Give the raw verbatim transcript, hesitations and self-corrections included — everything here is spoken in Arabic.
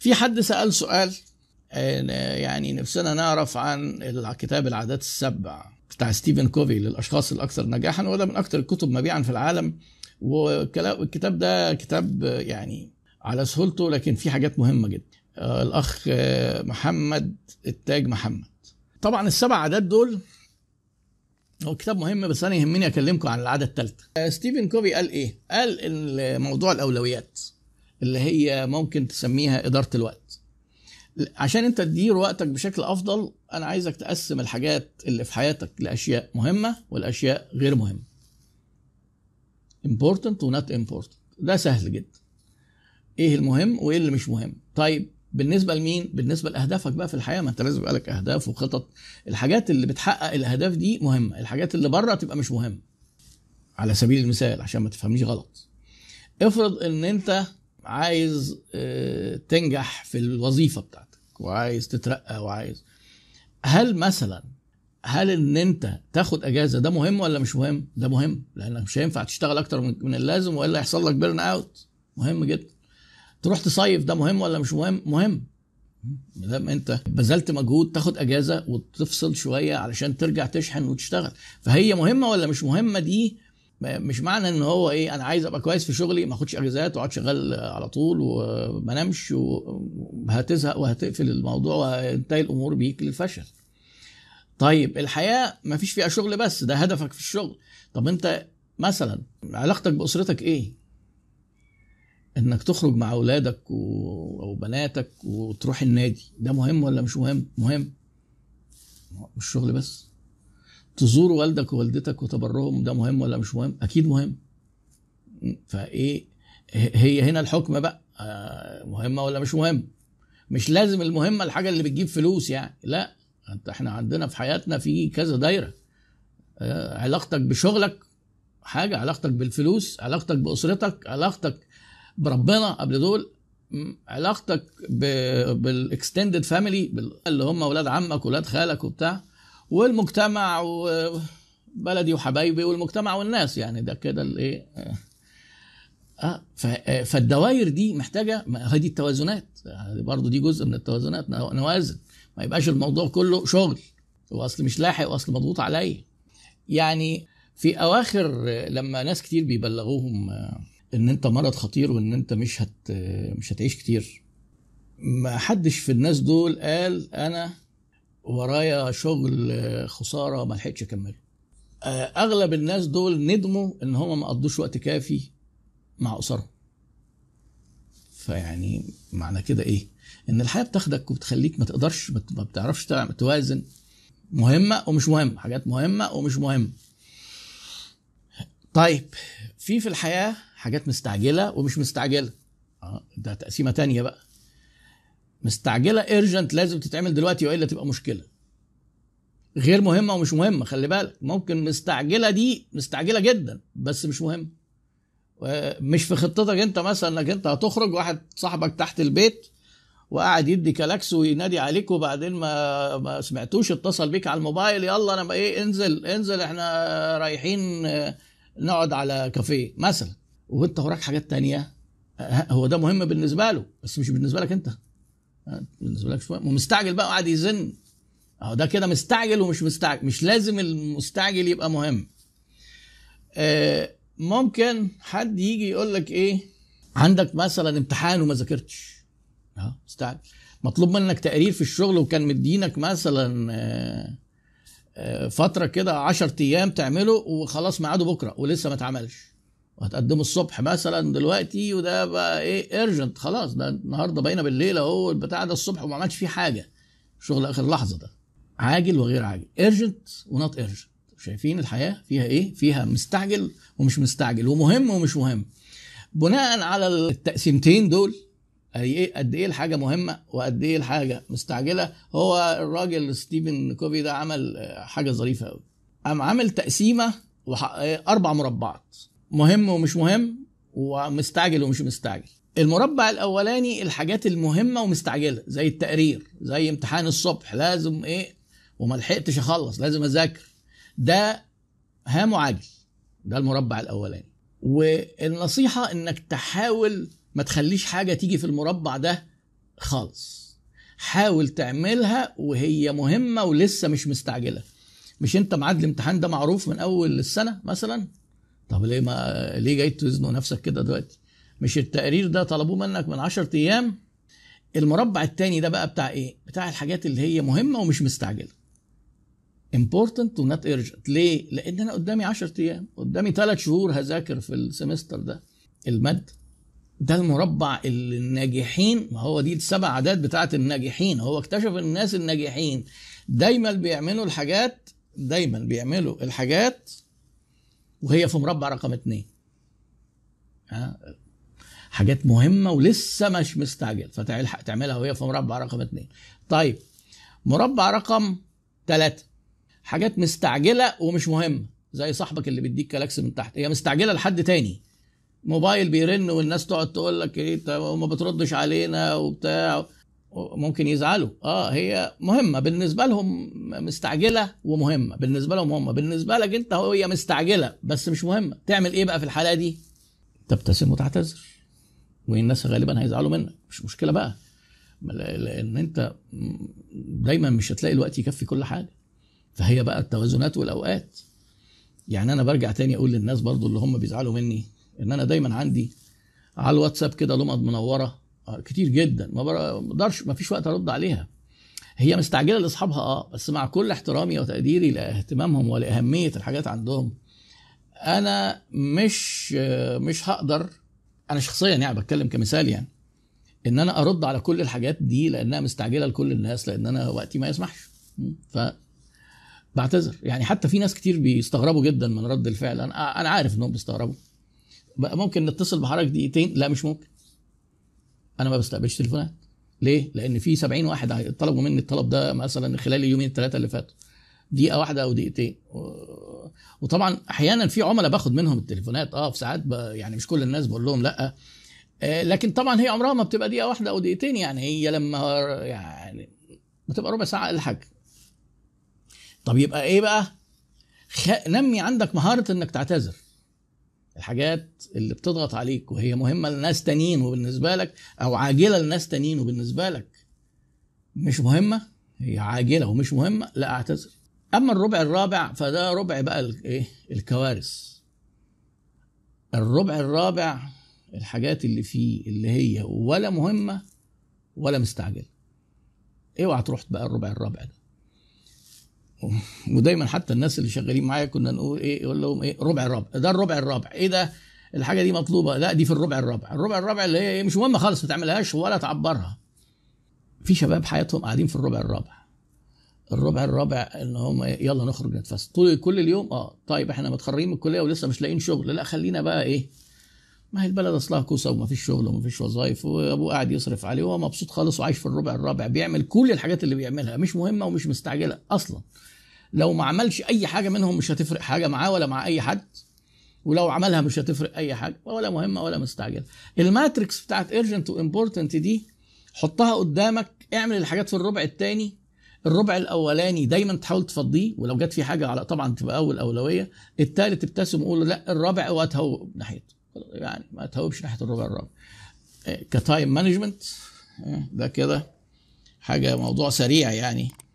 في حد سأل سؤال يعني نفسنا نعرف عن كتاب العادات السبع بتاع ستيفن كوفي للأشخاص الأكثر نجاحا، وده من أكثر الكتب مبيعا في العالم. والكتاب ده كتاب يعني على سهولته، لكن فيه حاجات مهمة جدا. الأخ محمد التاج محمد. طبعا السبع عادات دول هو كتاب مهم، بس أنا يهمني أكلمكم عن العادة الثالثة. ستيفن كوفي قال إيه؟ قال إن موضوع الأولويات اللي هي ممكن تسميها إدارة الوقت. عشان انت تدير وقتك بشكل افضل، انا عايزك تقسم الحاجات اللي في حياتك لاشياء مهمة والاشياء غير مهمة. important و not important. ده سهل جدا. ايه المهم وايه اللي مش مهم. طيب بالنسبة لمين؟ بالنسبة لأهدافك بقى في الحياة، ما انت لازم يبقى لك اهداف وخطط. الحاجات اللي بتحقق الاهداف دي مهمة، الحاجات اللي بره تبقى مش مهمة. على سبيل المثال عشان ما تفهمنيش غلط، افرض ان انت عايز تنجح في الوظيفة بتاعتك وعايز تترقى وعايز، هل مثلا هل ان انت تاخد اجازة ده مهم ولا مش مهم؟ ده مهم، لانك مش هينفع تشتغل اكتر من اللازم والا يحصل لك بيرن اوت. مهم جدا. تروح تصيف ده مهم ولا مش مهم؟ مهم. لما انت بذلت مجهود تاخد اجازة وتفصل شوية علشان ترجع تشحن وتشتغل. فهي مهمة ولا مش مهمة؟ دي مش معنى ان هو ايه انا عايز ابقى كويس في شغلي ما اخدش اجازات واقعد شغال على طول وما نمش، وهتزهق وهتقفل الموضوع وهتنتهي الامور بيك للفشل. طيب الحياة ما فيش فيها شغل بس، ده هدفك في الشغل. طب انت مثلا علاقتك باسرتك ايه؟ انك تخرج مع اولادك او بناتك وتروح النادي، ده مهم ولا مش مهم؟ مهم. مش شغل بس. تزور والدك ووالدتك وتبرهم، ده مهم ولا مش مهم؟ اكيد مهم. فايه هي هنا الحكم بقى، مهمة ولا مش مهم؟ مش لازم المهمة الحاجة اللي بتجيب فلوس يعني، لا. انت احنا عندنا في حياتنا في كذا دايرة. علاقتك بشغلك حاجة، علاقتك بالفلوس، علاقتك بأسرتك، علاقتك بربنا قبل دول، علاقتك بالاكستندد فاميلي اللي هم ولاد عمك ولاد خالك وبتاع، والمجتمع وبلدي وحبايبي والمجتمع والناس، يعني ده كده الايه. اه فالدوائر دي محتاجه هذه التوازنات، يعني برضو دي جزء من التوازنات، نوازن. ما يبقاش الموضوع كله شغل واصل مش لاحق واصل مضغوط عليا. يعني في اواخر لما ناس كتير بيبلغوهم ان انت مرض خطير وان انت مش هت مش هتعيش كتير، ما حدش في الناس دول قال انا ورايا شغل خساره ما لحقتش اكمله. اغلب الناس دول ندموا ان هم ما قضوش وقت كافي مع اسرهم. فيعني معنى كده ايه؟ ان الحياه بتاخدك وبتخليك ما تقدرش ما بتعرفش توازن مهمه ومش مهمه، حاجات مهمه ومش مهمه. طيب في في الحياه حاجات مستعجله ومش مستعجله. اه ده تقسيمه تانية بقى. مستعجله ايرجنت لازم تتعمل دلوقتي والا تبقى مشكله. غير مهمه ومش مهمه، خلي بالك. ممكن مستعجله دي مستعجله جدا بس مش مهم، مش في خطتك انت. مثلا انك انت هتخرج، واحد صاحبك تحت البيت وقاعد يدي كلاكس وينادي عليك، وبعدين ما ما سمعتوش، اتصل بيك على الموبايل، يلا انا بقى ايه انزل انزل احنا رايحين نقعد على كافيه مثلا، وانت وراك حاجات تانية. هو ده مهم بالنسبه له بس مش بالنسبه لك انت. بالنسبه لك شويه ومستعجل بقى وقاعد يزن، اهو ده كده مستعجل ومش مستعجل. مش لازم المستعجل يبقى مهم. آه ممكن حد يجي يقول لك ايه، عندك مثلا امتحان وما ذاكرتش، اه مستعجل. مطلوب منك تقرير في الشغل وكان مدينك مثلا آه آه فتره كده عشر ايام تعمله وخلاص ميعاده بكره ولسه ما اتعملش، وهتقدمه الصبح مثلا دلوقتي، وده بقى ايه ايرجنت خلاص، ده النهارده بقينا بالليل اهو البتاع ده الصبح وما عملش فيه حاجه، شغل اخر لحظه ده عاجل وغير عاجل، ايرجنت ونوت ايرجنت. شايفين الحياه فيها ايه؟ فيها مستعجل ومش مستعجل ومهم ومش مهم. بناء على التقسيمتين دول ايه قد ايه الحاجه مهمه وقد ايه الحاجه مستعجله. هو الراجل ستيفن كوفي ده عمل حاجه ظريفه قوي، قام عامل تقسيمه اربع مربعات، مهم ومش مهم ومستعجل ومش مستعجل. المربع الاولاني الحاجات المهمه ومستعجله، زي التقرير، زي امتحان الصبح لازم ايه وما لحقتش اخلص لازم اذاكر، ده هام وعاجل، ده المربع الاولاني. والنصيحه انك تحاول ما تخليش حاجه تيجي في المربع ده خالص. حاول تعملها وهي مهمة ولسه مش مستعجلة. مش انت معاد الامتحان ده معروف من اول السنة مثلا؟ طب ليه ما ليه جاي تزنق نفسك كده دلوقتي؟ مش التقرير ده طلبوه منك من عشرة ايام؟ المربع التاني ده بقى بتاع ايه؟ بتاع الحاجات اللي هي مهمة ومش مستعجلة. important و not urgent. ليه؟ لان انا قدامي عشرة ايام، قدامي ثلاث شهور هذاكر في السمستر ده المادة. ده المربع الناجحين، ما هو دي السبع عادات بتاعت الناجحين. هو اكتشف ان الناس الناجحين دايما بيعملوا الحاجات دايما بيعملوا الحاجات وهي في مربع رقم اتنين. ها؟ حاجات مهمة ولسه مش مستعجل فتلحق تعملها وهي في مربع رقم اتنين. طيب مربع رقم تلاتة، حاجات مستعجلة ومش مهمة، زي صاحبك اللي بيديك كلاكس من تحت، هي مستعجلة لحد تاني، موبايل بيرن والناس تقعد تقول لك ايه وما بتردش علينا وبتاع، ممكن يزعلوا. اه هي مهمة بالنسبة لهم، مستعجلة ومهمة بالنسبة لهم هم، بالنسبة لك انت هي مستعجلة بس مش مهمة. تعمل ايه بقى في الحالة دي؟ تبتسم وتعتذر، والناس غالبا هيزعلوا منك، مش مشكلة بقى، لان انت دايما مش هتلاقي الوقت يكفي كل حاجة. فهي بقى التوازنات والاوقات. يعني انا برجع تاني اقول للناس برضو اللي هم بيزعلوا مني ان انا دايما عندي على الواتساب كده لمض منوره كتير جدا، ما بقدرش، ما فيش وقت ارد عليها. هي مستعجله لاصحابها اه، بس مع كل احترامي وتقديري لاهتمامهم ولاهميه الحاجات عندهم، انا مش مش هقدر، انا شخصيا يعني بتكلم كمثال، يعني ان انا ارد على كل الحاجات دي لانها مستعجله لكل الناس، لان انا وقتي ما يسمحش. ف بعتذر. يعني حتى في ناس كتير بيستغربوا جدا من رد الفعل، انا انا عارف انهم بيستغربوا. بقى ممكن نتصل بحضرتك دقيقتين؟ لا مش ممكن. انا ما بستقبلش تليفونات. ليه؟ لان في سبعين واحد طلبوا مني الطلب ده مثلا خلال اليومين الثلاثه اللي فاتوا، دقيقه واحده او دقيقتين. وطبعا احيانا في عملاء باخد منهم التليفونات اه، في ساعات يعني مش كل الناس بقول لهم لا، لكن طبعا هي عمرها ما بتبقى دقيقه واحده او دقيقتين، يعني هي لما يعني بتبقى ربع ساعه اقل حاجه. طب يبقى ايه بقى؟ خ... نمي عندك مهاره انك تعتذر. الحاجات اللي بتضغط عليك وهي مهمة لناس تانيين وبالنسبة لك، او عاجلة لناس تانيين وبالنسبة لك مش مهمة، هي عاجلة ومش مهمة، لا اعتذر. اما الربع الرابع فده ربع بقى الايه الكوارث. الربع الرابع الحاجات اللي فيه اللي هي ولا مهمة ولا مستعجلة. اوعى تروح بقى الربع الرابع ده. ودايما حتى الناس اللي شغالين معايا كنا نقول ايه، يقول لهم ايه ربع الرابع ده، الربع الرابع ايه ده، الحاجه دي مطلوبه، لا دي في الربع الرابع. الربع الرابع اللي هي مش مهمه خالص، ما تعملهاش ولا تعبرها. في شباب حياتهم قاعدين في الربع الرابع. الربع الرابع ان هم يلا نخرج نتفسح طول كل اليوم. اه طيب احنا متخرجين من الكليه ولسه مش لاقيين شغل، لا خلينا بقى ايه، ما هي البلد اصلها كوسه وما فيش شغل وما فيش وظايف وابوه قاعد يصرف عليه وهو مبسوط خالص وعايش في الربع الرابع، بيعمل كل الحاجات اللي بيعملها مش مهمه ومش مستعجله اصلا. لو ما عملش اي حاجه منهم مش هتفرق حاجه معاه ولا مع اي حد، ولو عملها مش هتفرق اي حاجه، ولا مهمه ولا مستعجله. الماتريكس بتاعت ايرجنت وامبورتنت دي حطها قدامك، اعمل الحاجات في الربع الثاني. الربع الاولاني دايما تحاول تفضيه، ولو جت في حاجه على طبعا تبقى اول اولويه. الثالث ابتسم وقول لا الرابع وهتهوب ناحيته، يعني ما تهوبش ناحيه الربع الرابع. كتايم مانجمنت ده كده حاجه موضوع سريع يعني.